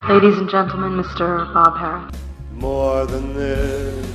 Ladies and gentlemen, Mr. Bob Harris. More than this,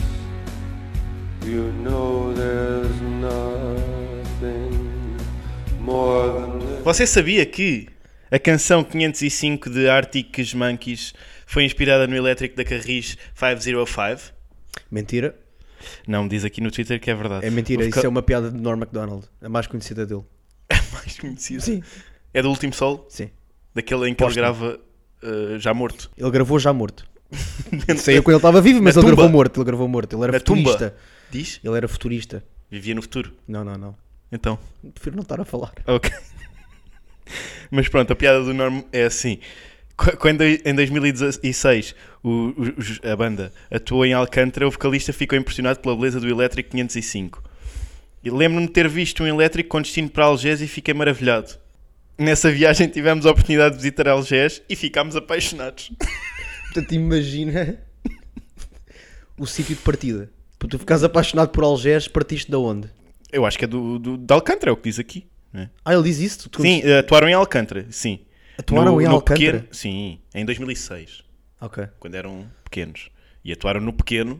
you know there's nothing more than this. Você sabia que a canção 505 de Arctic Monkeys foi inspirada no elétrico da Carris 505? Mentira. Não, diz aqui no Twitter que é verdade. É mentira, isso é uma piada de Norm Macdonald, a mais conhecida dele. É mais conhecido. Sim. É do Último Sol? Sim. Daquele em que ele grava já morto. Ele gravou já morto. Sei quando ele estava vivo, mas ele gravou morto. Ele era na futurista. Tumba. Diz? Ele era futurista. Vivia no futuro. Não. Então. Prefiro não estar a falar. Ok. Mas pronto, a piada do Norm é assim. Quando em 2016 a banda atuou em Alcântara, o vocalista ficou impressionado pela beleza do elétrico 505. E lembro-me de ter visto um elétrico com destino para Algés e fiquei maravilhado. Nessa viagem tivemos a oportunidade de visitar Algés e ficámos apaixonados. Portanto, imagina o sítio de partida. Para tu ficares apaixonado por Algés, partiste de onde? Eu acho que é de Alcântara, é o que diz aqui. Né? Ele diz isso? Sim, atuaram em Alcântara, sim. Atuaram em Alcântara? Pequeno, sim, em 2006. Ok. Quando eram pequenos. E atuaram no pequeno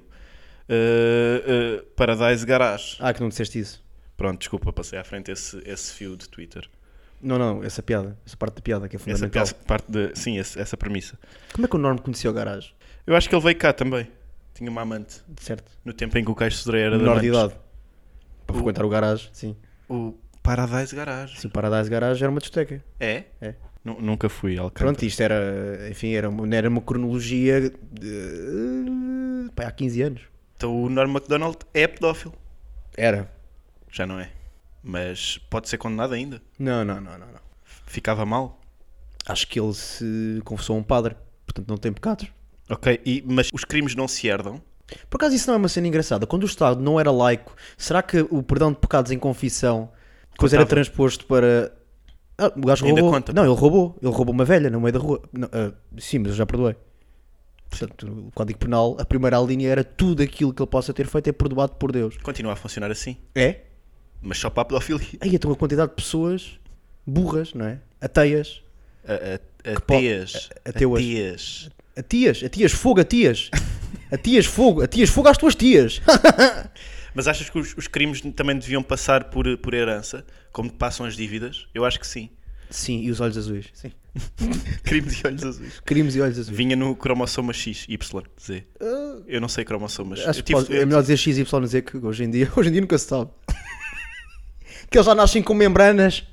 Paradise Garage. Que não disseste isso. Pronto, desculpa, passei à frente esse fio de Twitter. Não, essa piada. Essa parte da piada que é fundamental. Essa premissa. Como é que o Norm conheceu o garagem? Eu acho que ele veio cá também. Tinha uma amante. Certo. No tempo em que o Caixo Sodré era Menor de de amantes. idade. Para frequentar o garagem, sim. O Paradise Garage. Sim, o Paradise Garage era uma discoteca. É? É. Nunca fui ao Alcântara. Pronto, isto era, enfim, era uma cronologia de, há 15 anos. Então o Norm Macdonald é pedófilo. Era. Já não é. Mas pode ser condenado ainda. Não. Ficava mal. Acho que ele se confessou a um padre, portanto não tem pecados. Ok, mas os crimes não se herdam? Por acaso isso não é uma cena engraçada? Quando o Estado não era laico, será que o perdão de pecados em confissão depois era transposto para... o gajo ainda roubou. Conta. Não, ele roubou uma velha no meio da rua. Não, sim, mas eu já perdoei. Portanto, o Código Penal, a primeira linha era tudo aquilo que ele possa ter feito é perdoado por Deus. Continua a funcionar assim. É? Mas só para a pedofilia. Aí então a quantidade de pessoas burras, não é? Ateias. Atias, fogo, atias. Atias, fogo às tuas tias. Mas achas que os crimes também deviam passar por herança, como passam as dívidas? Eu acho que sim. Sim, e os olhos azuis, sim. Crimes e olhos azuis. Crimes e olhos azuis. Vinha no cromossoma X, Y, Z. Eu não sei cromossomas. Acho que é melhor dizer X, Y, Z, que hoje em dia nunca se sabe. Que eles já nascem com membranas.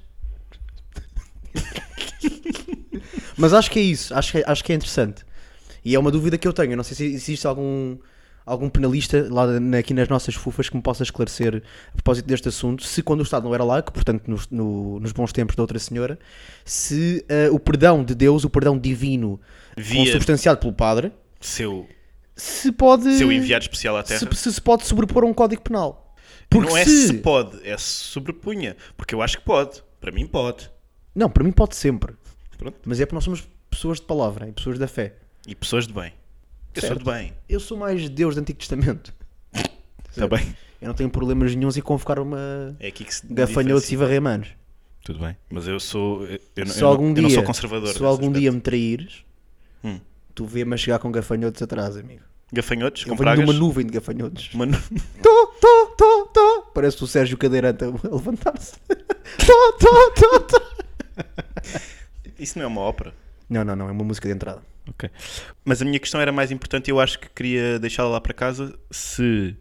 Mas acho que é isso, acho que é interessante. E é uma dúvida que eu tenho. Eu não sei se existe algum penalista lá aqui nas nossas fufas que me possa esclarecer a propósito deste assunto, se quando o Estado não era laico, portanto nos bons tempos da outra senhora, se o perdão de Deus, o perdão divino consubstanciado pelo padre, seu enviado especial à Terra, se pode sobrepor a um código penal. Porque não é se pode, é se sobrepunha. Porque eu acho que pode. Para mim pode. Não, para mim pode sempre. Pronto. Mas é porque nós somos pessoas de palavra e pessoas da fé. E pessoas de bem. Eu sou de bem. Eu sou mais Deus do Antigo Testamento. Está bem. Eu não tenho problemas nenhuns em convocar uma gafanhotos e varrer manos. Tudo bem. Mas eu sou... Eu não sou conservador. Se algum dia me traíres, tu vê-me a chegar com gafanhotos atrás, amigo. Gafanhotos? Eu venho de uma nuvem de gafanhotos. Tô. Parece o Sérgio Cadeirante a levantar-se. Tô. Isso não é uma ópera? Não, é uma música de entrada. Ok. Mas a minha questão era mais importante e eu acho que queria deixá-la lá para casa. Se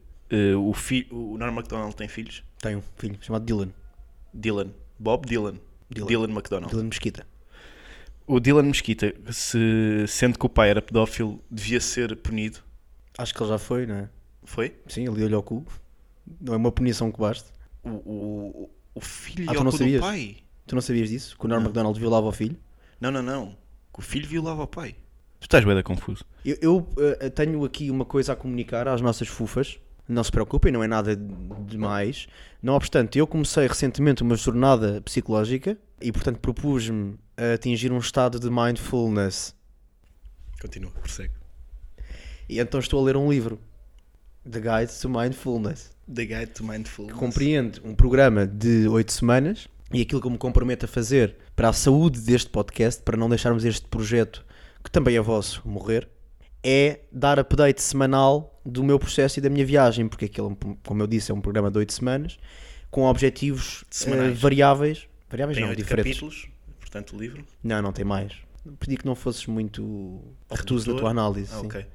o Norm Macdonald tem filhos? Tem um filho chamado Dylan. Bob Dylan. Dylan Macdonald. Dylan Mesquita. O Dylan Mesquita, sendo que o pai era pedófilo, devia ser punido? Acho que ele já foi, não é? Foi? Sim, ele deu-lhe ao cu. Não é uma punição que basta. O filho tu ao não cu sabias? do pai? Tu não sabias disso? Que o Norm Macdonald violava o filho? Não. Que o filho violava o pai. Tu estás bem confuso. Eu tenho aqui uma coisa a comunicar às nossas fufas. Não se preocupem, não é nada demais. Não obstante, eu comecei recentemente uma jornada psicológica e, portanto, propus-me a atingir um estado de mindfulness. Continua, prossegue. E então estou a ler um livro. The Guide to Mindfulness. Que compreende um programa de 8 semanas e aquilo que eu me comprometo a fazer para a saúde deste podcast, para não deixarmos este projeto que também é vosso, morrer, é dar update semanal do meu processo e da minha viagem, porque aquilo, como eu disse, é um programa de 8 semanas, com objetivos variáveis. Variáveis Tem não, 8 diferentes. capítulos, portanto, o livro. Não tem mais. Pedi que não fosses muito retuso na tua análise. Sim. Ok.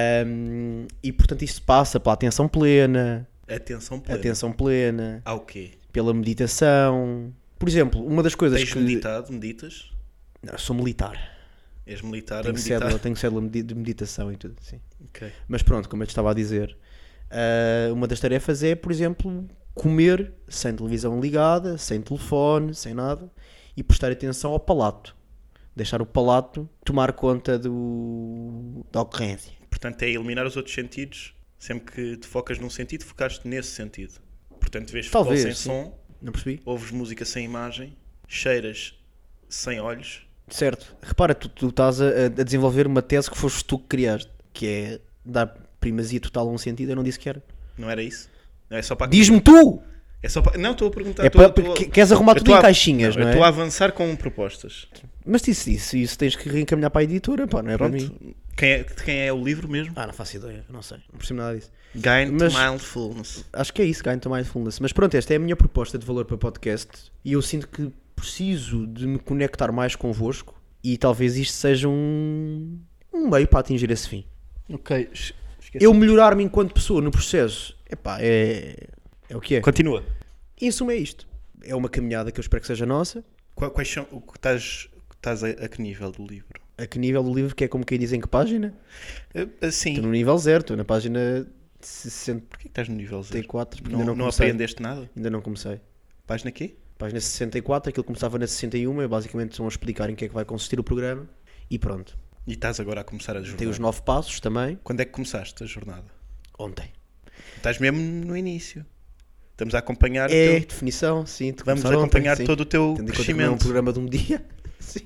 E portanto isto passa pela atenção plena, Atenção plena. Ao quê? pela meditação. Por exemplo, uma das coisas Tens que... meditado? Meditas? Não, sou militar. És militar a Tenho meditar? cédula de meditação e tudo, sim. Ok. Mas pronto, como eu te estava a dizer, uma das tarefas é, por exemplo, comer sem televisão ligada, sem telefone, sem nada, e prestar atenção ao palato. Deixar o palato tomar conta da ocorrência. Portanto, é eliminar os outros sentidos. Sempre que te focas num sentido, focaste nesse sentido. Portanto, vês futebol Talvez, sem sim. som, Não percebi? ouves música sem imagem, cheiras sem olhos. Certo. Repara, tu estás a desenvolver uma tese que foste tu que criaste, que é dar primazia total a um sentido. Eu não disse que era. Não era isso? Não é só para... Diz-me tu! É só para... Não, estou a perguntar. Queres arrumar tudo em caixinhas, não Eu é? estou a avançar com propostas. Mas isso tens que reencaminhar para a editora, pá, não é para mim. Pronto. De quem é o livro mesmo? Não faço ideia, não sei. Não percebo nada disso. Guide Mas- to Mindfulness. Acho que é isso, Gain to Mindfulness. Mas pronto, esta é a minha proposta de valor para podcast e eu sinto que preciso de me conectar mais convosco e talvez isto seja um meio para atingir esse fim. Ok. Eu melhorar-me enquanto pessoa no processo, epá, é o que é. Continua. Em suma é isto. É uma caminhada que eu espero que seja nossa. Quais são... O que estás a que nível do livro? A que nível do livro, que é como quem diz em que página? Assim. Estou no nível 0, estou na página 64, Porquê que estás no nível 0? porque Não, ainda não não comecei. aprendeste nada? Ainda não comecei. Página quê? Página 64, aquilo que começava na 61, é basicamente vão explicar em que é que vai consistir o programa e pronto. E estás agora a começar a jornada. Tem os 9 passos também. Quando é que começaste a jornada? Ontem. Estás mesmo no início. Estamos a acompanhar É, o teu... definição, sim. Vamos começar acompanhar ontem, sim. todo o teu Tendo em conta que não é um crescimento. programa de um dia. Sim.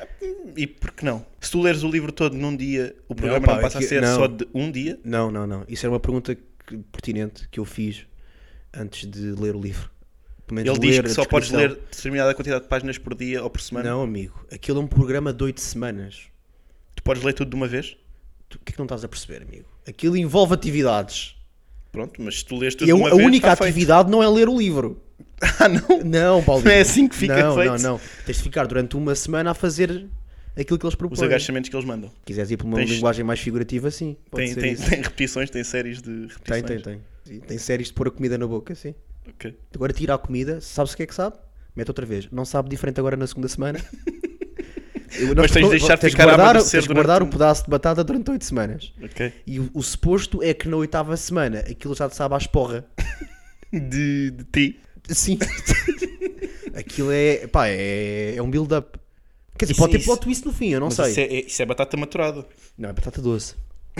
E por que não? Se tu leres o livro todo num dia, o programa pá, não passa é que- a ser não. só de um dia? Não. Isso era uma pergunta pertinente que eu fiz antes de ler o livro. Pelo menos Ele diz ler que a só podes descrição. ler determinada quantidade de páginas por dia ou por semana. Não, amigo. Aquilo é um programa de 8 semanas. Tu podes ler tudo de uma vez? O que é que não estás a perceber, amigo? Aquilo envolve atividades. Pronto, mas se tu lês tudo E de uma a vez, única está feito. atividade não é ler o livro. Ah, não? Não, Paulinho. Não é assim que fica não, feito? Não. Tens de ficar durante uma semana a fazer aquilo que eles Os propõem. agachamentos que eles mandam. Se quiseres ir para uma Tens- linguagem mais figurativa, sim. Pode ser isso. Tem repetições, tem séries de repetições. Tem. Sim, tem séries de pôr a comida na boca, sim. Ok. Agora tira a comida, sabes o que é que sabe? Mete outra vez. Não sabe diferente agora na segunda semana. Mas tens de deixar tens ficar a guardar, amadurecer tens de guardar durante o pedaço de batata durante 8 semanas. Ok. E o suposto é que na 8ª semana aquilo já te sabe à esporra. De ti. Sim. Aquilo é, pá, é um build-up. Quer dizer, Isso- pode ter isso- plot twist no fim, eu não Mas sei. isso é batata maturada. Não, é batata doce.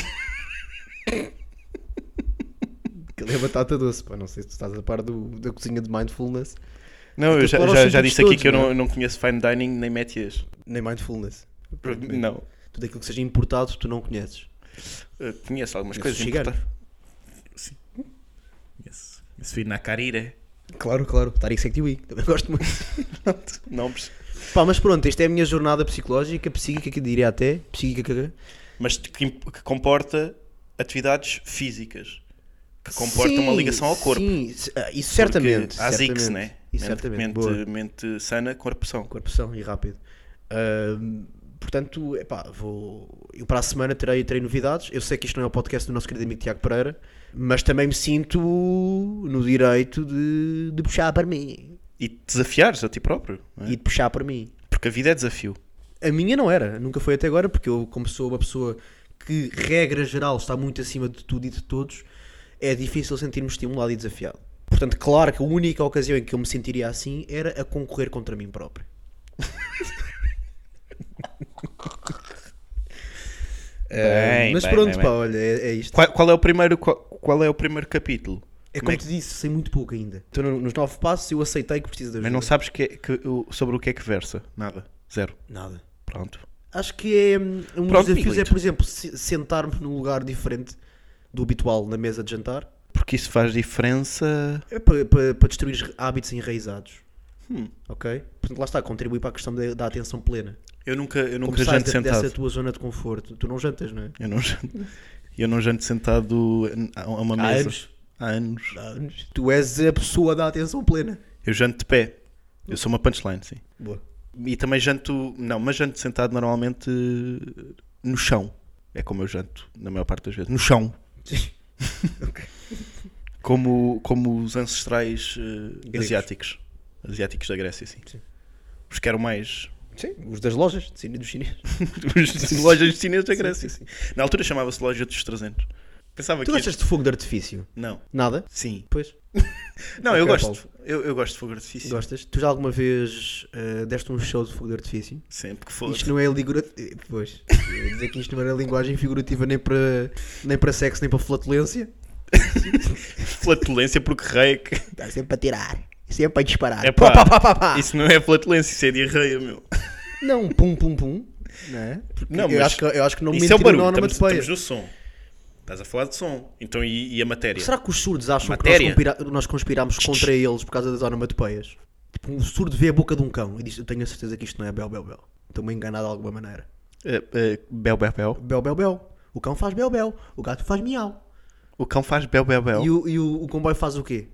Aquilo é batata doce, pá. Não sei se tu estás a par da cozinha de mindfulness. Não, eu Aquilo já, para os já, já sentidos disse aqui todos, que eu não é? não conheço fine dining nem métias. Nem mindfulness. Não. Tudo aquilo que seja importado tu não conheces. Conheço algumas Conheces coisas cigano? importantes. Sim. Conheço vir na carire. Claro. Tariq Sektiwi. Também gosto muito. Não, Pá, mas pronto, esta é a minha jornada psicológica, psíquica, que diria até. Psíquica. mas que comporta atividades físicas. Que comporta uma ligação ao corpo. Sim, isso certamente. Porque há zics, certamente. né? Isso certamente. Boa. Mente sana, corpo são. Corpo-são e rápido. Portanto, epá, eu para a semana terei novidades. Eu sei que isto não é o podcast do nosso querido amigo Tiago Pereira, mas também me sinto no direito de puxar para mim. E te desafiares a ti próprio. Não é? E de puxar para mim. Porque a vida é desafio. A minha não era, nunca foi até agora, porque eu, como sou uma pessoa que, regra geral, está muito acima de tudo e de todos, é difícil sentir-me estimulado e desafiado. Portanto, claro que a única ocasião em que eu me sentiria assim era a concorrer contra mim próprio. Mas pronto, pá, olha, é isto. Qual é o primeiro capítulo? É como te disse, sei muito pouco ainda. Então, nos 9 passos eu aceitei que preciso de ajuda. Mas não sabes sobre o que é que versa? Nada. Zero. Nada. Pronto. Acho que é um dos Pronto, desafios Miguelito. é, por exemplo, sentar-me num lugar diferente do habitual na mesa de jantar. Porque isso faz diferença. É para destruir hábitos enraizados. Ok? Portanto, lá está, contribui para a questão da atenção plena. Eu nunca Como sais janto dessa sentado. tua zona de conforto. Tu não jantas, não é? Eu não janto sentado a uma Há mesa. anos. Há anos. Tu és a pessoa da atenção plena. Eu janto de pé. Eu sou uma punchline, sim. Boa. E também janto... Não, mas janto sentado normalmente no chão. É como eu janto, na maior parte das vezes. No chão. Como os ancestrais asiáticos. Asiáticos da Grécia, sim. Os que eram mais... Sim, os das lojas de cine dos chineses. Os lojas de chineses da Grécia, sim. Na altura chamava-se Loja dos 300. Pensava Tu que... gostas de fogo de artifício? Não. Nada? Sim. Pois. Não, eu Ok, gosto. Eu gosto de fogo de artifício. Gostas? Tu já alguma vez deste um show de fogo de artifício? Sempre que for. Isto não é figurativo. Pois. Eu ia dizer que isto não era linguagem figurativa nem para sexo, nem para flatulência. Flatulência porque rei que... Está sempre para tirar. Sempre para disparar. É Pá, pá, pá, pá, pá. isso não é flatulência, isso é diarreia, meu. Não, pum, pum, pum. Não é? Porque Não, eu, mas acho que não me isso é o mentiram barulho, na estamos onomatopeia. no som. Estás a falar de som. Então e a matéria? Será que os surdos acham Matéria? que nós conspirámos contra eles por causa das onomatopeias? Tipo, um surdo vê a boca de um cão e diz: eu tenho a certeza que isto não é bel, bel, bel. Estou-me enganado de alguma maneira. Bel, bel, bel. Bel, bel, bel. O cão faz bel, bel. O gato faz miau. O cão faz bel, bel, bel. E o comboio faz o quê?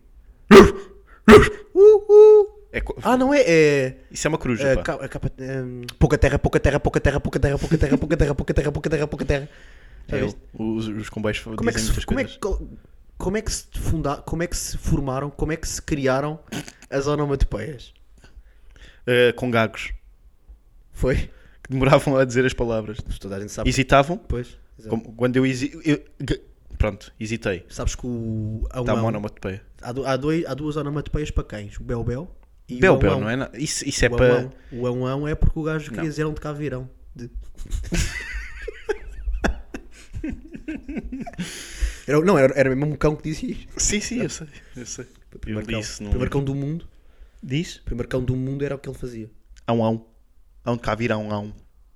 Ah, não é? isso é uma coruja, pá. Pouca terra, pouca terra, pouca terra, pouca terra, pouca terra, pouca terra, pouca terra, pouca terra, pouca terra. Já É, viste? os comboios Como é que dizem se, muitas como é coisas. que, como é que se como é que se formaram, como é que se criaram as onomatopeias? Com gagos. Foi? Que demoravam a dizer as palavras. Toda a gente sabe. Hesitavam. Pois. Exato. Quando eu pronto, hesitei. Sabes que o Está uma onomatopeia. há duas onomatopeias para cães, o bel-bel e Bel, o bel, ão-ão. não é nada. Isso é O para... ão-ão. O ão-ão é porque o gajo queria Não. dizer onde cá virão. Era mesmo um cão que dizia isto. Sim, eu sei. Eu Primeiro disse, não primeiro cão do mundo. Diz? O primeiro cão do mundo era o que ele fazia. Ão. Onde cá virão, ão.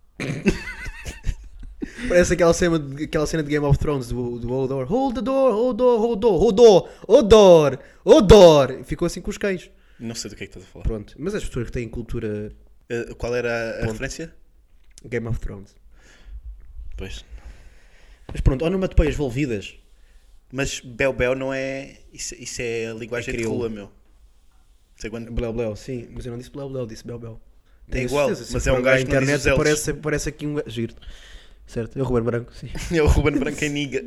Parece aquela cena de Game of Thrones do Hodor. Hold the door, hold door, hold door, hold door, hold door, hold door. Ficou assim com os cães. Não sei do que é que estás a falar. Pronto. Mas as pessoas que têm cultura Qual era a referência? Game of Thrones. Pois. Mas pronto, onomatopeias envolvidas. Mas bel não é... Isso é a linguagem de crioulo. rua, meu. Sei quando... Bleu, bleu, sim. Mas eu não disse bleu, bleu, disse bel, bel. É igual, certeza, mas se é um for gajo na que não diz internet os L's. parece aqui um gajo. Giro. Certo, é o Ruben Branco, sim. É o Ruben Branco em Niga.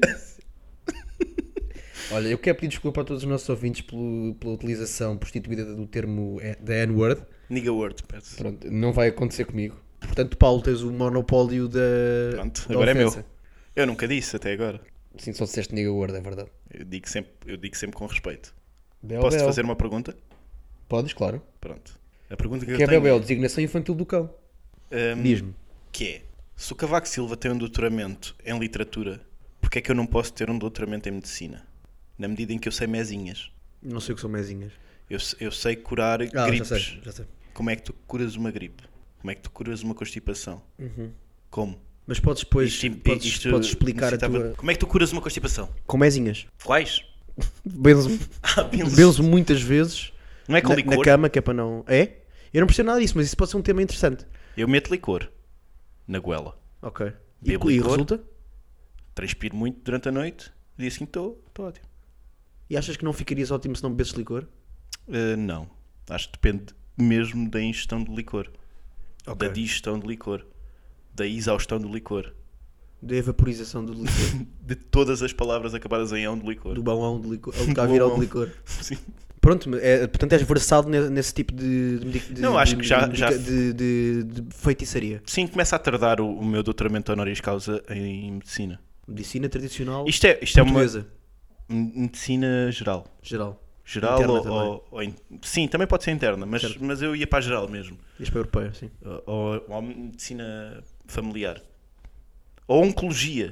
Olha, eu quero pedir desculpa a todos os nossos ouvintes pela utilização prostituída do termo da N-word. Niga word, peço. Pronto, não vai acontecer comigo. Portanto, Paulo, tens o monopólio da. Pronto, da agora ofensa. é meu. Eu nunca disse até agora. Sim, só disseste nigga word, é verdade. Eu digo sempre com respeito. Bel, Posso-te bel. fazer uma pergunta? Podes, claro. Pronto. A pergunta que O eu que é tenho bel, bel? Designação infantil do cão. Diz-me. que é, se o Cavaco Silva tem um doutoramento em literatura, porque é que eu não posso ter um doutoramento em medicina? Na medida em que eu sei mezinhas. Não sei o que são mezinhas. Eu sei curar gripes. Já sei. Como é que tu curas uma gripe? Como é que tu curas uma constipação? Como? Mas podes depois Isto podes explicar a necessitava- tua. Como é que tu curas uma constipação? Com mezinhas. Quais? Benzo-me. Benzo. Benzo muitas vezes Não é com na licor? cama, que é para não. É? Eu não percebo nada disso, mas isso pode ser um tema interessante. Eu meto licor na goela. Ok. Bebo E licor. resulta? Transpiro muito durante a noite. No dia seguinte estou ótimo. E achas que não ficarias ótimo se não bebesses licor? Não. Acho que depende mesmo da ingestão de licor. Ok. Da digestão de licor. Da exaustão do licor. Da evaporização do licor. De todas as palavras acabadas em ão de licor. Do balão de licor. Onde cá virou de licor. Sim. Pronto, portanto és versado nesse tipo de Não, acho que já- de feitiçaria. Sim, começa a tardar o meu doutoramento honoris causa em medicina. Medicina tradicional Isto é uma portuguesa. medicina geral. Geral. Geral Interna sim, também pode ser interna, Certo. mas eu ia para a geral mesmo. Isto para a europeia, sim. Ou medicina familiar. Ou oncologia.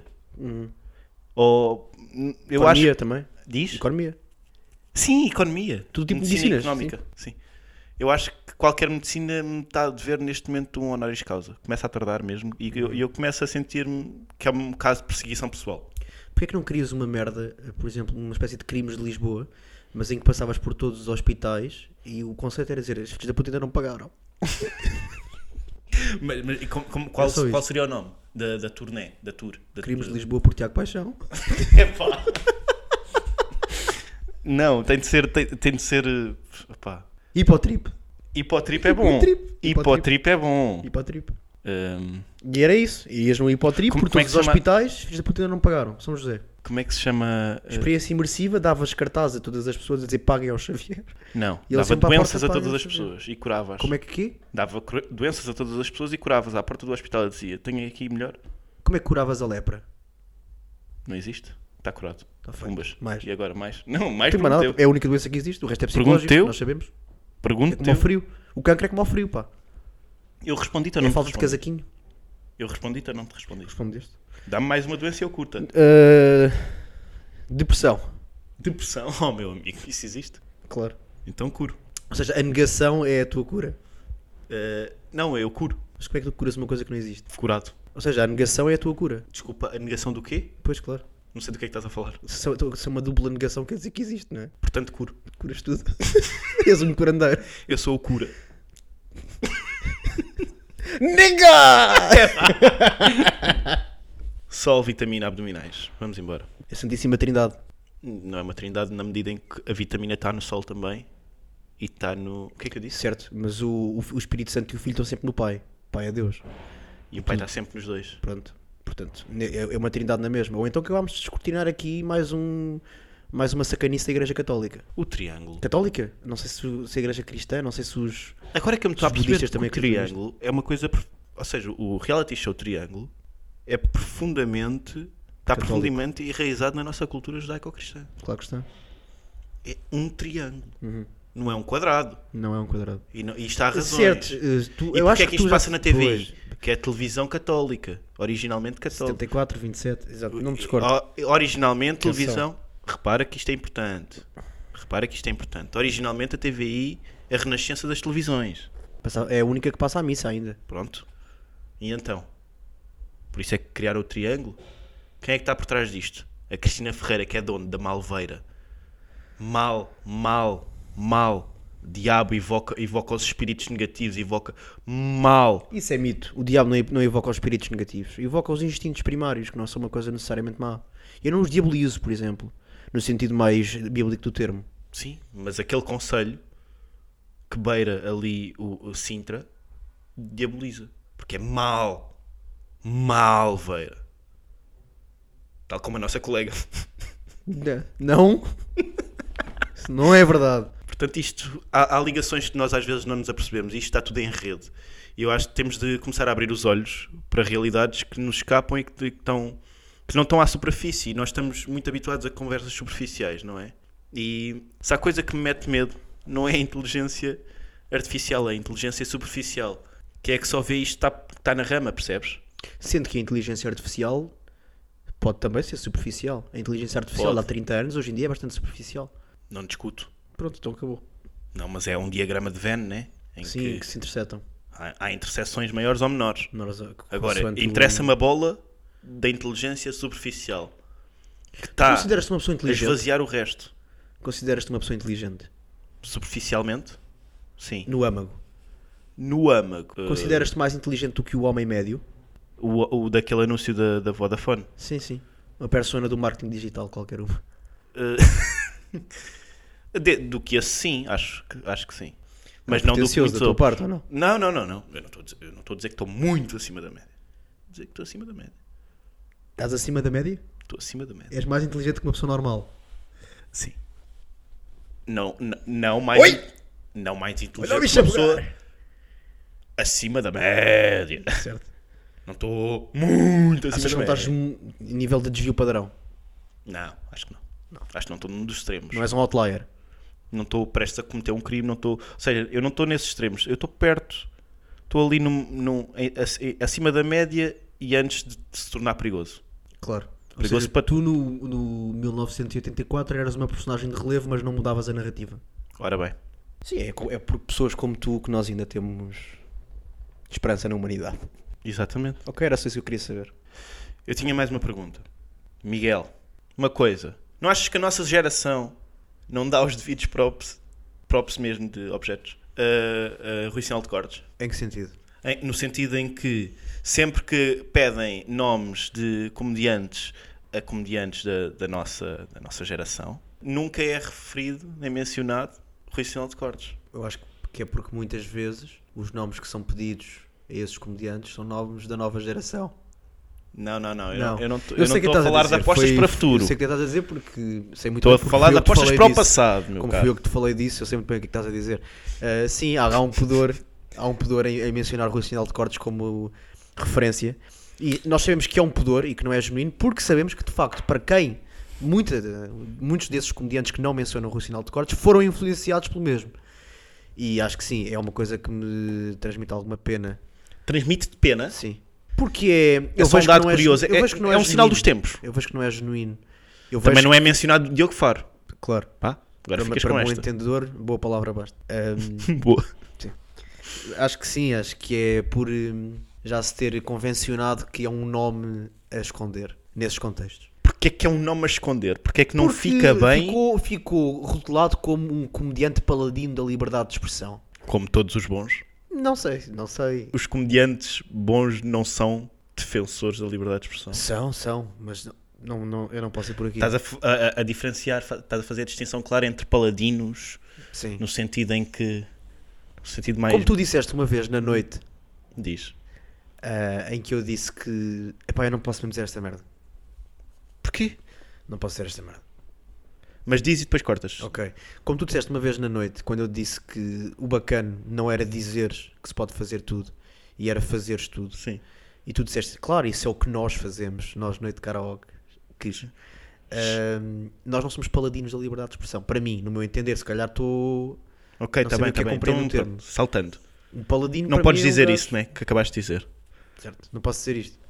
Ou eu Economia acho. também. Diz? Economia. Sim, economia. Tudo tipo de medicina medicinas, económica. Sim. Eu acho que qualquer medicina me está a dever neste momento um honoris causa. Começa a tardar mesmo. E eu começo a sentir-me que é um caso de perseguição pessoal. Porquê é que não querias uma merda, por exemplo, uma espécie de crimes de Lisboa, mas em que passavas por todos os hospitais e o conceito era dizer, os filhos da puta ainda não pagaram. Mas e É só qual isso. seria o nome da turnê? Da tour? Crimes de Lisboa por Tiago Paixão. Epá. Não, tem de ser. Epá. Hipotrip. Hipotrip é bom. Hipotrip é bom. Hipotrip. Hum, E era isso. Ias num hipotrip Como- por como é todos que os se chama? hospitais. Filhos da puta ainda não pagaram. São José. como é que se chama? Experiência imersiva, davas cartazes a todas as pessoas a dizer paguem ao Xavier. Não, E ele dava sempre à doenças porta a todas paga, as sabe? pessoas e curavas. Como é que quê? Dava doenças a todas as pessoas e curavas. À porta do hospital e dizia: tenho aqui melhor. Como é que curavas a lepra? Não existe. Está curado. Tá feito. Fumbas. Mais. E agora mais? Não, mais Não tem mais nada. pergunto É a única doença que existe. O resto é Pergunto psicológico. teu. Nós sabemos. É Pergunto como ao frio. O cancro é como ao frio, pá. Eu respondi-te ou É não te falta de respondi? casaquinho. Eu respondi-te ou não te respondi? Respondeste. Dá-me mais uma doença e eu curta. Depressão. Depressão? Oh, meu amigo, isso existe? Claro. Então curo. Ou seja, a negação é a tua cura. Não, eu curo. Mas como é que tu curas uma coisa que não existe? Curado. Ou seja, a negação é a tua cura. Desculpa, a negação do quê? Pois, claro. Não sei do que é que estás a falar. Se é uma dupla negação, quer dizer que existe, não é? Portanto, curo. Curas tudo. És um curandeiro. Eu sou o cura. Nega! Sol, vitamina, abdominais. Vamos embora. É a Santíssima Trindade. Não é uma trindade na medida em que a vitamina está no sol também. E está no... O que é que eu disse? Certo, mas o Espírito Santo e o Filho estão sempre no Pai. Pai é Deus. E o pai está sempre nos dois. Pronto. Portanto, é uma trindade na mesma. Ou então que vamos descortinar aqui mais uma sacanice da Igreja Católica. O triângulo. Católica? Não sei se a Igreja Cristã, não sei se os... Agora é que eu me estou a Os perceber budistas que também o triângulo é uma coisa... Ou seja, o reality show Triângulo é profundamente... Está Católico. profundamente enraizado na nossa cultura judaico-cristã. Claro que está. É um triângulo. Uhum. Não é um quadrado. Não é um quadrado. E está a razões. Certo. E Eu porquê acho é que isto tu passa na TVI? Pois, Que é a televisão católica. Originalmente católica. 74, 27, exato. Não me discordo. Originalmente Atenção. televisão. Repara que isto é importante. Originalmente a TVI é a renascença das televisões. É a única que passa à missa ainda. Pronto. E então? Por isso é que criaram o triângulo. Quem é que está por trás disto? A Cristina Ferreira, que é dona da Malveira. Mal. Diabo evoca os espíritos negativos, evoca mal. Isso é mito. O diabo não evoca os espíritos negativos. Evoca os instintos primários, que não são uma coisa necessariamente má. Eu não os diabolizo, por exemplo. No sentido mais bíblico do termo. Sim, mas aquele conselho que beira ali o Sintra diaboliza. Porque é Malveira. Tal como a nossa colega. Não. Isso não é verdade. Portanto, isto há ligações que nós às vezes não nos apercebemos e isto está tudo em rede. E eu acho que temos de começar a abrir os olhos para realidades que nos escapam e que não estão à superfície. E nós estamos muito habituados a conversas superficiais, não é? E se há coisa que me mete medo, não é a inteligência artificial, é a inteligência superficial. Que é que só vê isto está na rama, percebes? Sendo que a inteligência artificial pode também ser superficial. A inteligência artificial Pode. há 30 anos, hoje em dia é bastante superficial. Não discuto. Pronto, então acabou. Não, mas é um diagrama de Venn, né? Em Sim, que se interceptam. há interseções maiores ou menores. Agora, Consoante interessa-me a bola da inteligência superficial que está Consideras-te uma pessoa a inteligente? esvaziar o resto. Consideras-te uma pessoa inteligente? Superficialmente, sim. No âmago. No âmago. Consideras-te mais inteligente do que o homem médio? O daquele anúncio da Vodafone. Sim, sim. Uma persona do marketing digital, qualquer uma. Do que esse sim, acho que sim. Mas não do que Pretencioso muitos da tua outros. parte, ou não? Não. Eu não estou a dizer que estou muito acima da média. Estou a dizer que estou acima da média. Estás acima da média? Estou acima da média. És mais inteligente que uma pessoa normal. Sim. Não mais. Oi! Não mais Olha o inteligente bicho que uma a pessoa pegar. acima da média. Certo. Não estou muito acima Achas que da não média. estás em nível de desvio padrão? Não, acho que não. Acho que não estou num dos extremos. Não és um outlier? Não estou prestes a cometer um crime, não estou... Ou seja, eu não estou nesses extremos. Eu estou perto. Estou ali acima da média e antes de se tornar perigoso. Claro. Ou Perigoso seja, para tu no 1984 eras uma personagem de relevo, mas não mudavas a narrativa. Ora bem. Sim, é por pessoas como tu que nós ainda temos esperança na humanidade. Exatamente. Ok, era só isso que eu queria saber. Eu tinha mais uma pergunta. Miguel, uma coisa. Não achas que a nossa geração não dá os devidos props mesmo de objetos a Rui Sinal de Cortes? Em que sentido? no sentido em que sempre que pedem nomes de comediantes a comediantes da nossa geração, nunca é referido nem mencionado Rui Sinal de Cortes. Eu acho que é porque muitas vezes os nomes que são pedidos a esses comediantes são nomes da nova geração. Não. Não. Eu não Eu sei que estou a falar de apostas para futuro. Eu sei o que estás a dizer porque sei muito Estou a bem porque falar fui de eu que te apostas falei para o disso. passado, meu Como caro. fui eu que te falei disso, eu sei muito bem o que estás a dizer. Sim, há um pudor em mencionar Rui Sinal de Cortes como referência. E nós sabemos que é um pudor e que não é genuíno, porque sabemos que, de facto, para quem muitos desses comediantes que não mencionam Rui Sinal de Cortes foram influenciados pelo mesmo. E acho que sim, é uma coisa que me transmite alguma pena. Transmite-te pena? Sim. Porque É só um dado curioso. É um sinal dos tempos. Eu vejo que não é genuíno. Também não é mencionado Diogo Faro. Claro. Pá, agora ficas Para com um esta. entendedor, boa palavra basta. Boa. Acho que sim, acho que é por já se ter convencionado que é um nome a esconder nesses contextos. Porquê é que é um nome a esconder? Porquê é que não Porque fica bem? Ficou rotulado como um comediante paladino da liberdade de expressão. Como todos os bons. Não sei. Os comediantes bons não são defensores da liberdade de expressão. São, mas não, eu não posso ir por aqui. Estás a diferenciar, estás a fazer a distinção clara entre paladinos, Sim. no sentido em que... No sentido mais... Como tu disseste uma vez na noite, Diz. em que eu disse que... Epá, eu não posso mesmo dizer esta merda. Porquê? Não posso dizer esta merda. Mas diz e depois cortas. Ok. Como tu disseste uma vez na noite, quando eu disse que o bacana não era dizeres que se pode fazer tudo, e era fazeres tudo. Sim. E tu disseste, claro, isso é o que nós fazemos, nós noite de karaoke. Nós não somos paladinos da liberdade de expressão. Para mim, no meu entender, se calhar estou... Ok, Não está sei bem, o que é está bem. compreender Então, o termo. saltando. Um paladino Não para podes mim é um dizer gajo- isso, não é? Que acabaste de dizer. Certo, não posso dizer isto.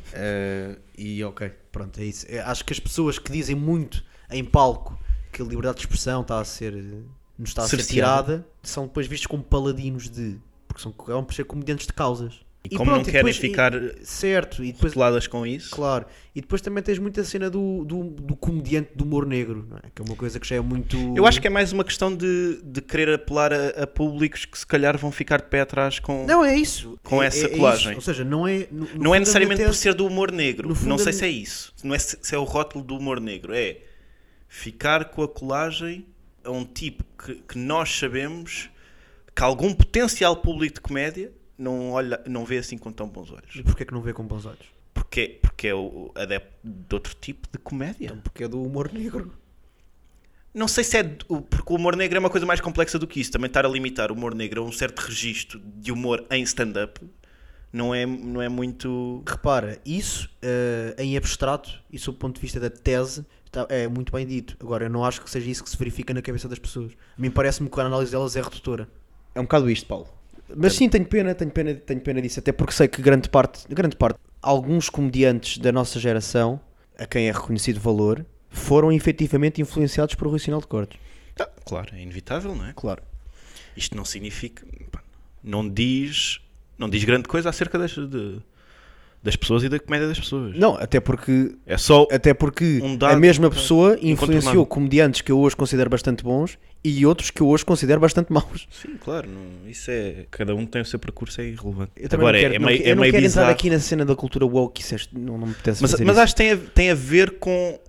E ok, pronto, é isso. Acho que as pessoas que dizem muito em palco que a liberdade de expressão nos está a ser Cerceada. tirada, são depois vistos como paladinos porque vão por ser comediantes de causas. E como não querem ficar certo, e depois, rotuladas com isso... claro, e depois também tens muita cena do comediante do humor negro, não é? Que é uma coisa que já é muito... Eu acho que é mais uma questão de querer apelar a públicos que se calhar vão ficar de pé atrás com... Não, é isso. Com essa colagem. Isso. Ou seja, não é... Não é necessariamente por ser do humor negro. no fundo, Não sei a se é isso. Não é se é o rótulo do humor negro. É ficar com a colagem a um tipo que nós sabemos que algum potencial público de comédia não vê assim com tão bons olhos. E porquê que não vê com bons olhos? Porque é o adepto de outro tipo de comédia. Então, porque é do humor negro. Não sei se é... Porque o humor negro é uma coisa mais complexa do que isso. Também estar a limitar o humor negro a um certo registro de humor em stand-up não é muito... Repara, isso em abstrato e sob o ponto de vista da tese é muito bem dito. Agora, eu não acho que seja isso que se verifica na cabeça das pessoas. A mim parece-me que a análise delas é redutora. É um bocado isto, Paulo. Mas sim, tenho pena disso, até porque sei que grande parte, alguns comediantes da nossa geração, a quem é reconhecido valor, foram efetivamente influenciados por Rui Sinal de Cortes. Claro, é inevitável, não é? Claro. Isto não significa... Não diz grande coisa acerca das pessoas e da comédia das pessoas. Não, até porque um dado a mesma pessoa influenciou incontornável. comediantes que eu hoje considero bastante bons e outros que eu hoje considero bastante maus. Sim, claro. Isso é... Cada um tem o seu percurso, é irrelevante. Eu também Agora, não quero, é não, meio, eu não meio quero bizarro. entrar aqui na cena da cultura woke, não me apetece fazer Mas isso. acho que tem a ver com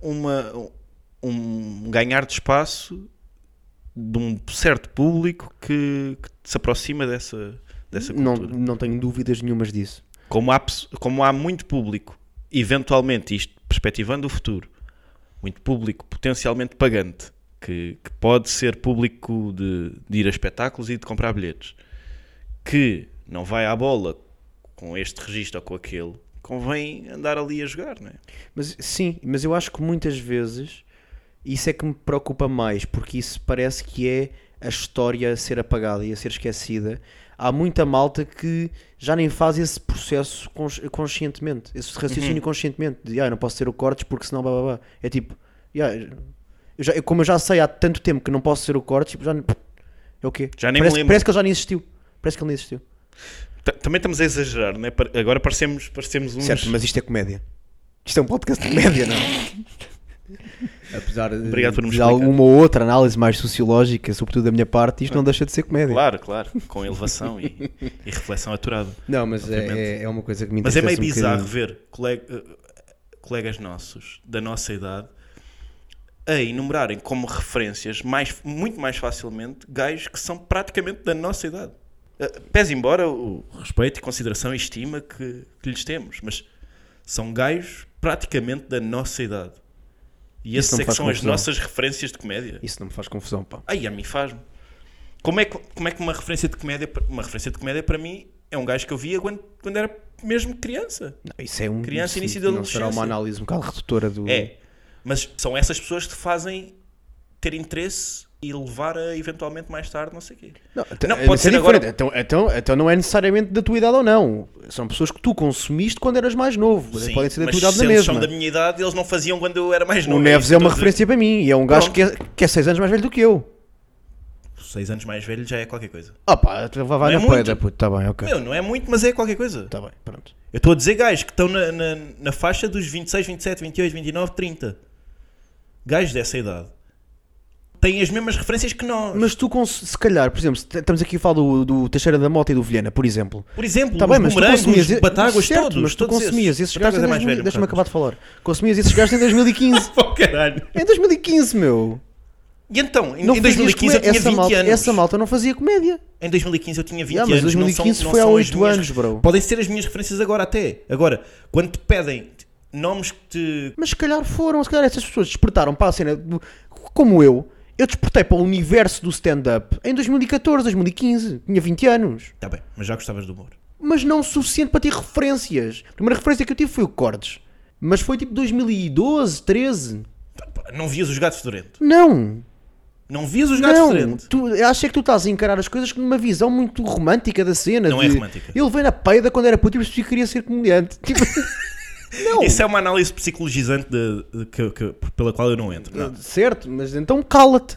um ganhar de espaço de um certo público que se aproxima dessa cultura. Não tenho dúvidas nenhumas disso. Como há muito público, eventualmente, isto perspectivando o futuro, muito público potencialmente pagante, que pode ser público de ir a espetáculos e de comprar bilhetes, que não vai à bola com este registro ou com aquele, convém andar ali a jogar, não é? Mas eu acho que muitas vezes isso é que me preocupa mais, porque isso parece que é a história a ser apagada e a ser esquecida. Há muita malta que já nem faz esse processo conscientemente, esse raciocínio conscientemente, de eu não posso ter o cortes porque senão blá. É tipo, como eu já sei há tanto tempo que não posso ser o cortes, tipo, é o quê? Já nem me lembro. Parece que ele já nem existiu. Parece que ele nem existiu. Também estamos a exagerar, não é? Agora parecemos uns... Certo, mas isto é comédia. Isto é um podcast de comédia, não? Apesar Obrigado por me de explicar. alguma outra análise mais sociológica, sobretudo da minha parte, isto não deixa de ser comédia. Claro, com elevação e reflexão aturada. Não, mas Obviamente. é uma coisa que me Mas é interessa meio bizarro bocadinho. ver colegas nossos, da nossa idade, a enumerarem como referências muito mais facilmente gajos que são praticamente da nossa idade. Pese embora o respeito, consideração e estima que lhes temos, mas são gajos praticamente da nossa idade. E Isso não essas é que faz são as confusão. nossas referências de comédia. Isso não me faz confusão, pá. Aí a mim faz-me. Como é que uma referência de comédia para mim é um gajo que eu via quando era mesmo criança? Não, isso é Criança, isso início da não será uma adolescência. análise um bocado redutora do... É, mas são essas pessoas que te fazem ter interesse e levar a eventualmente mais tarde, não sei o quê. Não, pode mas ser é agora. diferente. Então não é necessariamente da tua idade ou não. São pessoas que tu consumiste quando eras mais novo. Sim, Podem ser da mas tua idade se na eles mesma. são da minha idade, eles não faziam quando eu era mais O novo. Neves isso é que uma eu estou a dizer. referência para mim. E é um gajo que é 6 anos mais velho do que eu. 6 anos mais velho já é qualquer coisa. Ah pá, vai Não é na muito. peida, puto. Tá bem, ok. Meu, não é muito, mas é qualquer coisa. Tá bem, pronto. Eu estou a dizer gajos que estão na faixa dos 26, 27, 28, 29, 30. Gajos dessa idade. Têm as mesmas referências que nós. Mas tu, se calhar, por exemplo, estamos aqui a falar do Teixeira da Mota e do Vilhena, por exemplo. Por exemplo, Tá os bem, mas tu bumerangues, consumias... os batáguas, certo, todos. mas tu todos consumias esses Batáguas gajos é em mais velho, Deixa-me portanto. acabar de falar. Consumias esses gajos em 2015. Pô, caralho. Em 2015, meu. E então, em Não 2015 eu fazias tinha 20 anos. Essa malta não fazia comédia. Em 2015 eu tinha 20 mas anos. 2015 não foi há são 8 as minhas- anos, bro. Podem ser as minhas referências agora até. Agora, quando te pedem nomes que te... Mas se calhar essas pessoas despertaram para a cena, como eu despertei para o universo do stand-up em 2014, 2015, tinha 20 anos. Tá bem, mas já gostavas do humor. Mas não o suficiente para ter referências. A primeira referência que eu tive foi o Cordes, mas foi tipo 2012, 13. Não vias os gatos fedorentos. Não, Vias os gatos fedorentos. eu acho que tu estás a encarar as coisas com uma visão muito romântica da cena. Não é romântica. Ele veio na peida quando era puto e percebi que queria ser comediante. Tipo, não. Isso é uma análise psicologizante pela qual eu não entro. Não. Certo, mas então cala-te.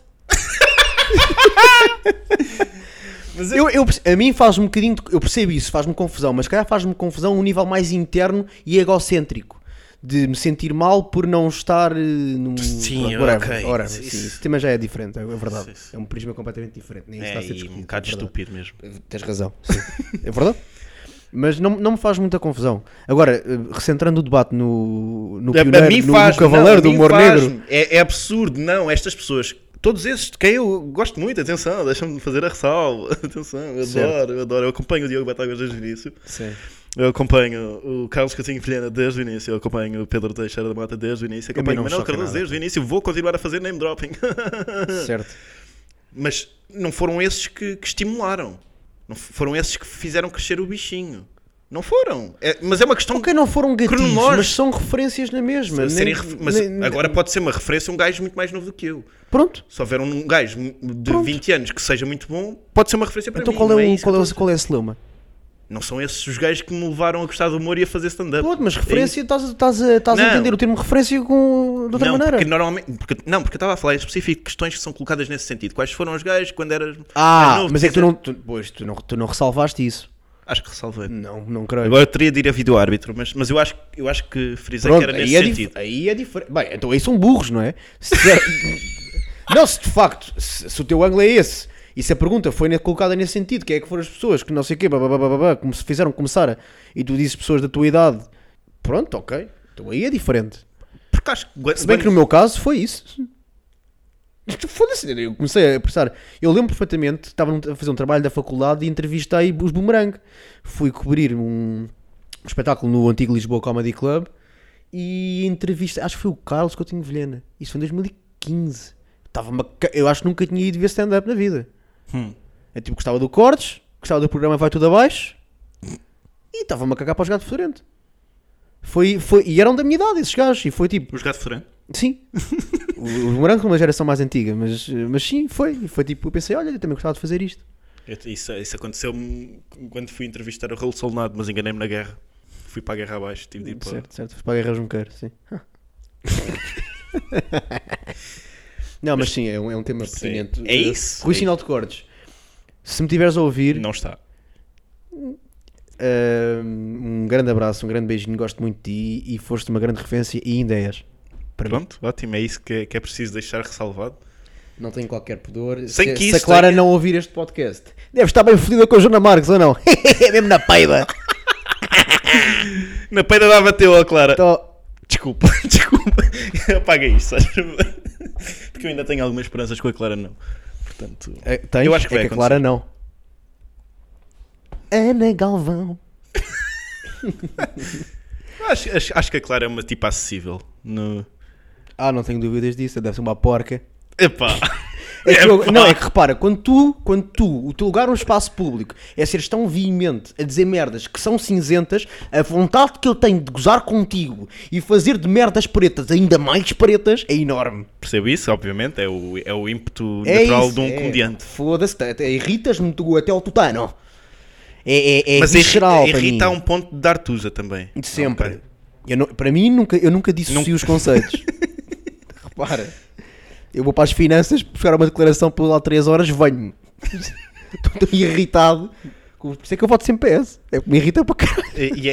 Mas A mim faz-me um bocadinho, eu percebo isso, faz-me confusão, mas se calhar faz-me confusão a um nível mais interno e egocêntrico, de me sentir mal por não estar num... Sim, whatever, ok. sim, esse tema já é diferente, é verdade, Sim, sim. é um prisma completamente diferente, nem isso É, está a ser e discutido, um bocado é verdade. estúpido mesmo. Tens razão, sim. É verdade? Mas não me faz muita confusão. Agora, recentrando o debate no pioneiro, no cavaleiro do humor negro. É absurdo, não. Estas pessoas, todos esses de quem eu gosto muito, atenção, deixa-me fazer a ressalva. Atenção, eu adoro. Eu acompanho o Diogo Batáguas desde o início. Sim. Eu acompanho o Carlos Coutinho Vilhena desde o início. Eu acompanho o Pedro Teixeira da Mota desde o início. A mim Acompanho não o me Manuel choca Cardoso nada. desde o início. Vou continuar a fazer name dropping. Certo. Mas não foram esses que estimularam. Não foram esses que fizeram crescer o bichinho. Não foram. Mas é uma questão... Ok, não foram gatilhos, cronológico. mas são referências na mesma. Mas agora pode ser uma referência um gajo muito mais novo do que eu. Pronto. Se houver um gajo de Pronto. 20 anos que seja muito bom, pode ser uma referência para Então mim. qual não é isso que eu estou a qual é esse lema? dizer. Não são esses os gajos que me levaram a gostar do humor e a fazer stand-up. Pronto, mas É referência, isso. estás a Não. entender o termo referência de outra Não, maneira. porque normalmente... Porque eu estava a falar em específico de questões que são colocadas nesse sentido. Quais foram os gajos quando eras mais novo? Mas é que tu não ressalvaste isso. Acho que ressalvei. Não creio. Agora eu teria de ir a vídeo-árbitro, mas eu acho que frisei Pronto, que era nesse sentido. aí é diferente. Bem, então aí são burros, não é? Não, se de facto, se o teu ângulo é esse, e se a pergunta foi colocada nesse sentido, que é que foram as pessoas que não sei o quê, como se fizeram começar, e tu dizes pessoas da tua idade, pronto, ok. Então aí é diferente. Porque acho que... Se bem que no meu caso foi isso. Foda-se, eu comecei a pensar. Eu lembro perfeitamente, estava a fazer um trabalho da faculdade e entrevistei os Boomerang. Fui cobrir um espetáculo no antigo Lisboa Comedy Club e entrevistei, acho que foi o Carlos Coutinho Vilhena. Isso foi em 2015. Eu acho que nunca tinha ido ver stand-up na vida. Eu tipo, gostava do Cortes, gostava do programa Vai Tudo Abaixo e estava-me a cagar para os gatos fedorento. E eram da minha idade esses gajos. E foi tipo, Os gatos fedorentos? sim. O Morango é uma geração mais antiga, mas sim, foi tipo, eu pensei, olha, eu também gostava de fazer isto. Isso aconteceu-me quando fui entrevistar o Raul Solnado, mas enganei-me na guerra. Fui para a guerra abaixo, tive de ir para... Certo, foi para a Guerra Junqueiro, sim. Não, mas sim, é um tema Sim, pertinente. é isso. Rui É Sinal de Cordes, se me tiveres a ouvir, Não está. um grande abraço, um grande beijinho, gosto muito de ti e foste uma grande referência e ainda és. Para mim. Pronto, ótimo, é isso que é preciso deixar ressalvado. Não tenho qualquer pudor. Sem que Se isso a Clara tenha- não ouvir este podcast, deve estar bem fodida com a Joana Marques, ou não? É mesmo na peida. Na peida dava teu, ó Clara. Então, Desculpa. Apaga isto, sabes? Porque eu ainda tenho algumas esperanças com a Clara, não. Portanto, tens? eu acho que é vai que a Clara não. Ana Galvão. acho que a Clara é uma tipo acessível. No... Não tenho dúvidas disso. Deve ser uma porca. Epá. É que não, é que repara, quando tu, o teu lugar no espaço público é seres tão veemente a dizer merdas que são cinzentas, a vontade que eu tenho de gozar contigo e fazer de merdas pretas ainda mais pretas é enorme. Percebo isso, obviamente. É o ímpeto É natural isso, de um comediante. Foda-se, irritas-me tu até ao tutano. É Mas visceral para mim. irrita a um ponto de dar tusa também. De sempre. Ok. Para mim, eu nunca dissocio os conceitos. Repara. Eu vou para as finanças buscar uma declaração por lá 3 horas, venho. Estou irritado. Por isso é que eu voto sempre PS. É que me irrita para caralho.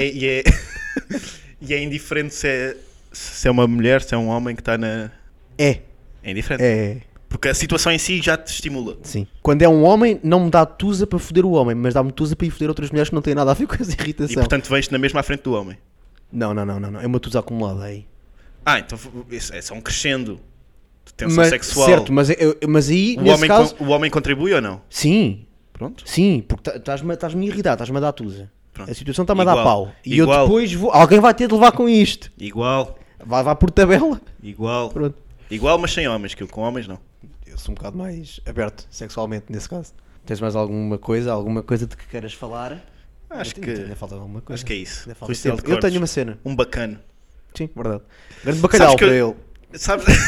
E é indiferente se é uma mulher, se é um homem que está na... É indiferente. Porque a situação em si já te estimula. Sim. Quando é um homem, não me dá tusa para foder o homem, mas dá-me tusa para ir foder outras mulheres que não têm nada a ver com essa irritação. E portanto vens-te na mesma à frente do homem. Não. É uma tusa acumulada aí. Então isso é só um crescendo de tensão sexual. Certo, mas aí, nesse caso... O homem contribui ou não? Sim. Pronto. Sim, porque estás-me a irritar, estás-me a dar tusa. Pronto. A situação está-me a dar Igual. pau. E Igual. eu depois vou... Alguém vai ter de levar com isto. Igual. Vai por tabela. Igual. Pronto. Igual, mas sem homens, que eu com homens não. Eu sou um bocado mais aberto sexualmente nesse caso. Tens mais alguma coisa de que queiras falar? Acho que Ainda falta alguma coisa. acho que é isso. Ainda falta Rui Estrela de tempo. Eu Cortes. tenho uma cena. Um bacano. Sim, verdade. Grande bacalhau Sabes que para eu- ele.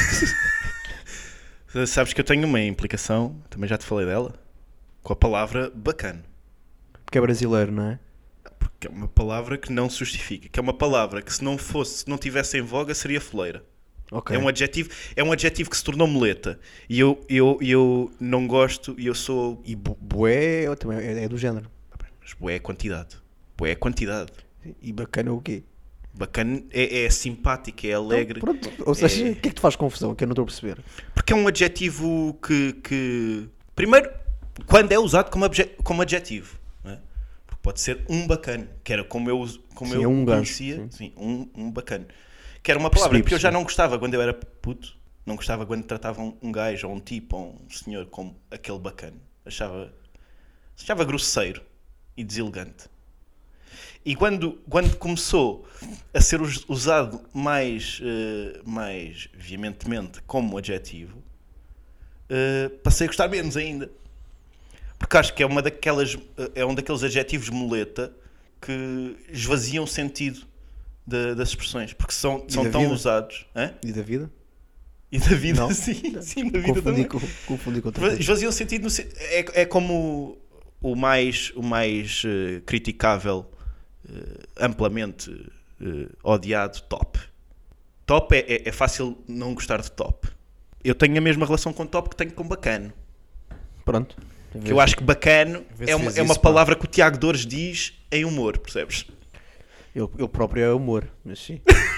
Sabes que eu tenho uma implicação, também já te falei dela, com a palavra bacano. Porque é brasileiro, não é? Porque é uma palavra que não se justifica. Que é uma palavra que se não tivesse em voga seria foleira. Ok. É um adjetivo que se tornou muleta. E eu não gosto, e eu sou... E bué também é do género. Mas bué é quantidade. Bué é quantidade. E bacana o quê? Bacana é simpático, é alegre. Então, pronto. Ou seja, o que é que te faz confusão? Que eu não estou a perceber. Porque é um adjetivo que... Primeiro, quando é usado como adjetivo. Não é? Porque pode ser um bacana, que era como eu Sim, é um gajo, conhecia. Sim, um bacana. Que era uma palavra que eu já não gostava quando eu era puto. Não gostava quando tratavam um gajo, ou um tipo, ou um senhor como aquele bacana. Achava grosseiro e deselegante. E quando começou a ser usado mais veementemente como adjetivo, passei a gostar menos ainda. Porque acho que é um daqueles adjetivos muleta que esvaziam o sentido das expressões. Porque são tão vida? usados. Hã? E da vida? E da vida, Não. sim, da vida também. Confundi com outra coisa. Esvaziam o sentido. É como o mais criticável, amplamente odiado top. Top é fácil não gostar de top. Eu tenho a mesma relação com top que tenho com bacano. Pronto. Que eu acho que bacano Vê se é uma fez isso, palavra que o Tiago Dores diz em humor, percebes? Ele próprio é humor, mas sim.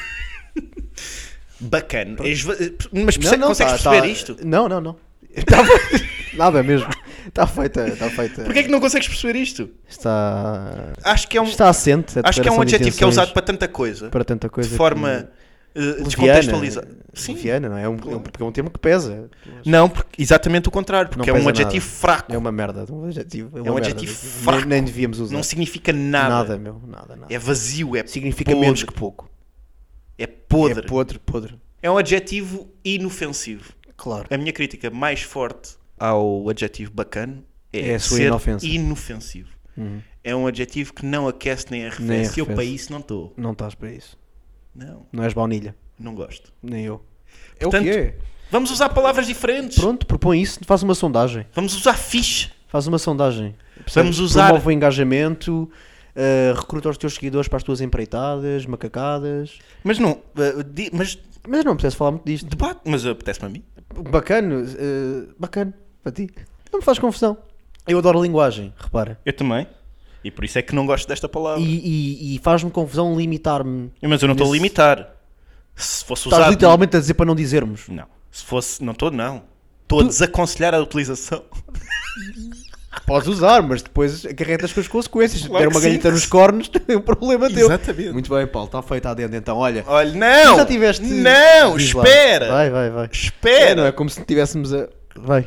Bacano. Mas consegues perceber isto? Não. Nada mesmo. Está feita. Porquê é que não consegues perceber isto? Está assente. Acho que é um a declaração de adjetivo que é usado intenções para tanta coisa. para tanta coisa. De forma leviana. descontextualizada. Sim. Leviana, não é? Porque é um termo que pesa. Não, porque, exatamente o contrário. Porque Não é um pesa adjetivo nada. fraco. É uma merda. Um adjetivo. É um uma merda. adjetivo fraco. Nem devíamos usar. Não significa nada. Nada, meu. Nada. É vazio, é Significa podre. menos que pouco. É podre. É podre. É um adjetivo inofensivo. Claro. A minha crítica mais forte ao adjetivo bacana É a sua ser inofensa. inofensivo. É um adjetivo que não aquece nem arrefece. Nem E eu arrefece. para isso não estou. Não estás para isso. Não És baunilha. gosto. Nem eu. Portanto, o que é? Vamos usar palavras diferentes. Pronto, propõe isso. Faz uma sondagem. Vamos usar fixe. Faz uma sondagem. Vamos usar- Promove o engajamento. Recruta os teus seguidores para as tuas empreitadas, macacadas. Mas não. Mas Mas não precisas falar muito disto. debate. Mas apetece-me a mim. Bacana. Bacana. Para ti. Não me faz confusão. Eu adoro a linguagem, repara. Eu também. E por isso é que não gosto desta palavra. E faz-me confusão limitar-me. Mas eu não estou a nesse- limitar. Se fosse Estás usado... literalmente a dizer para não dizermos. Não. Se fosse... Não estou, não. Estou a desaconselhar a utilização. Podes usar, mas depois acarretas com as consequências. Se Claro der que uma sim. galheta nos cornos, é um problema teu. Exatamente. Muito bem, Paulo, está feito à dentro então. Olha, Olha, não! tu já tiveste... Não, Diz lá. espera! Vai. Espera! Não é como se tivéssemos a... Vai.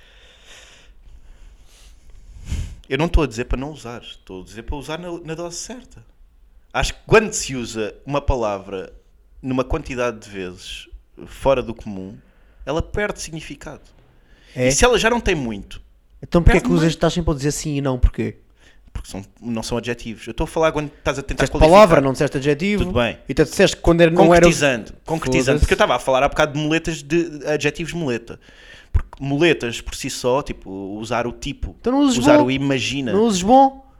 Eu não estou a dizer para não usar. Estou a dizer para usar na dose certa. Acho que quando se usa uma palavra numa quantidade de vezes fora do comum, ela perde significado. É? E se ela já não tem muito... Então porquê é que Perde usas, mais. estás sempre a dizer sim e não? Porquê? Porque não são adjetivos. Eu estou a falar quando estás a tentar Disseste qualificar. palavra, não disseste adjetivo. Tudo bem. E tu disseste que quando não era... Concretizando. Foda-se. Porque eu estava a falar há bocado de muletas, de adjetivos muleta. Porque muletas por si só, tipo, usar o tipo, Então não uses usar bom. o imagina. Não uses bom.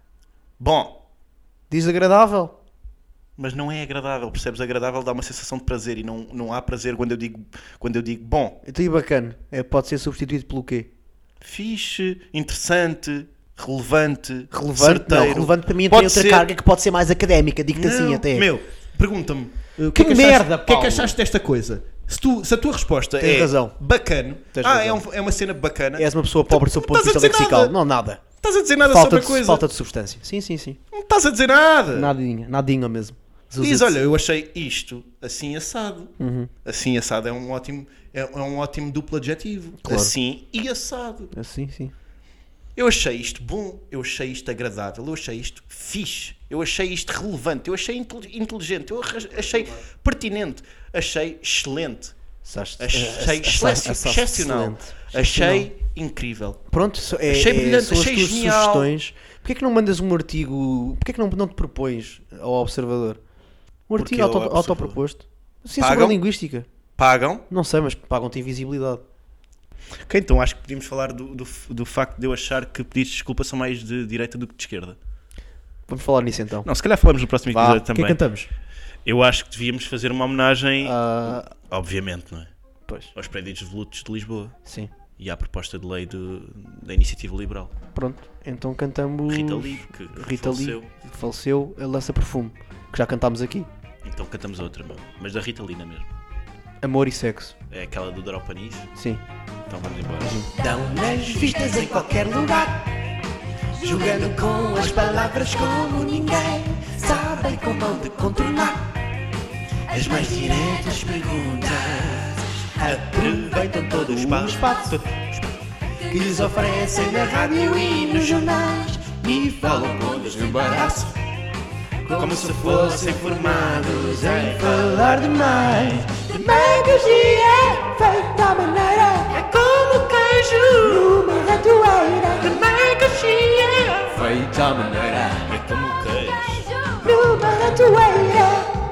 Bom, Desagradável. mas não é agradável, percebes? Agradável dá uma sensação de prazer e não há prazer quando eu digo bom. Então e bacana. Pode ser substituído pelo quê? Fixe, interessante, relevante, Relevante? certeiro. Não, relevante para mim tem Pode outra ser- carga que pode ser mais académica, digo-te Não, assim até. Meu, pergunta-me. O Que é que merda, achaste, o que é que Paulo? achaste desta coisa? Se a tua resposta Tens é razão. bacana, Tens razão. é uma cena bacana, És uma pessoa pobre do seu ponto de estás a vista dizer lexical. nada. Não, nada. estás a dizer nada Falta sobre de, a coisa. falta de substância. Sim. Não estás a dizer nada. Nadinha mesmo. Diz, olha, eu achei isto assim assado. Uhum. Assim assado é um ótimo duplo adjetivo. Claro. Assim e assado. Assim, sim. Eu achei isto bom, eu achei isto agradável, eu achei isto fixe, eu achei isto relevante, eu achei inteligente, eu achei pertinente, achei excelente, achei excepcional, achei incrível. Pronto, Achei brilhante, são as achei tuas genial. sugestões. Porquê é que não mandas um artigo? Porquê é que não te propões ao Observador? Um Porquê artigo ao Observador? autoproposto. Sim, sobre a Pagam? linguística. Pagam? Não sei, mas pagam-te invisibilidade. Ok, então acho que podíamos falar do facto de eu achar que pedidos de desculpa são mais de direita do que de esquerda. Vamos falar nisso então. Não, se calhar falamos no próximo Vá, episódio o que é também. que cantamos? Eu acho que devíamos fazer uma homenagem, Ah, obviamente, não é? pois, Aos prédios devolutos de Lisboa sim. e à proposta de lei da Iniciativa Liberal. Pronto, então cantamos... Rita Lee, que Rita faleceu. Lee, que faleceu, a Lança Perfume, que já cantámos aqui. Então cantamos outra, meu. Mas da Rita Lee, não é mesmo? Amor e Sexo, É aquela do Dropanis. sim. Então vamos embora. Dão nas vistas em qualquer lugar, jogando com as palavras como ninguém. Sabem como hão de contornar as mais diretas perguntas. Aproveitam todo o espaço que lhes oferecem na rádio e nos jornais e falam com desembaraço, como se fossem formados em falar demais. Demagogia feita à maneira, é como queijo numa ratoeira. Demagogia feita à maneira, É como o queijo. numa ratoeira.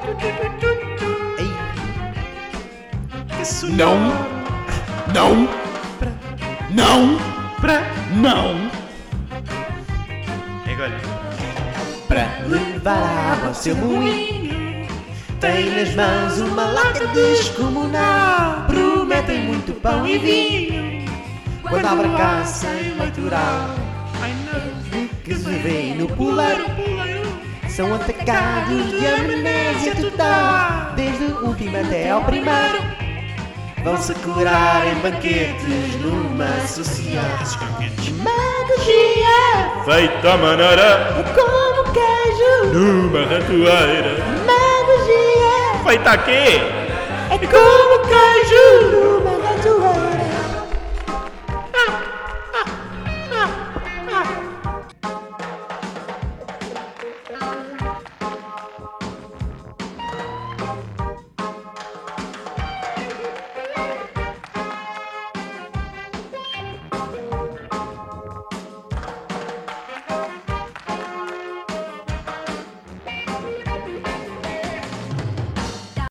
É agora. Para levar água ao seu moinho, tem nas mãos uma lata descomunal. Prometem muito pão e vinho quando abre a caça eleitoral. Que se vê no puleiro, são atacados de amnésia total. Desde o último até ao primeiro, vão-se curar em banquetes numa sociedade. Demagogia Feita à maneira é como queijo. numa ratoeira. Demagogia Feita aqui! é como queijo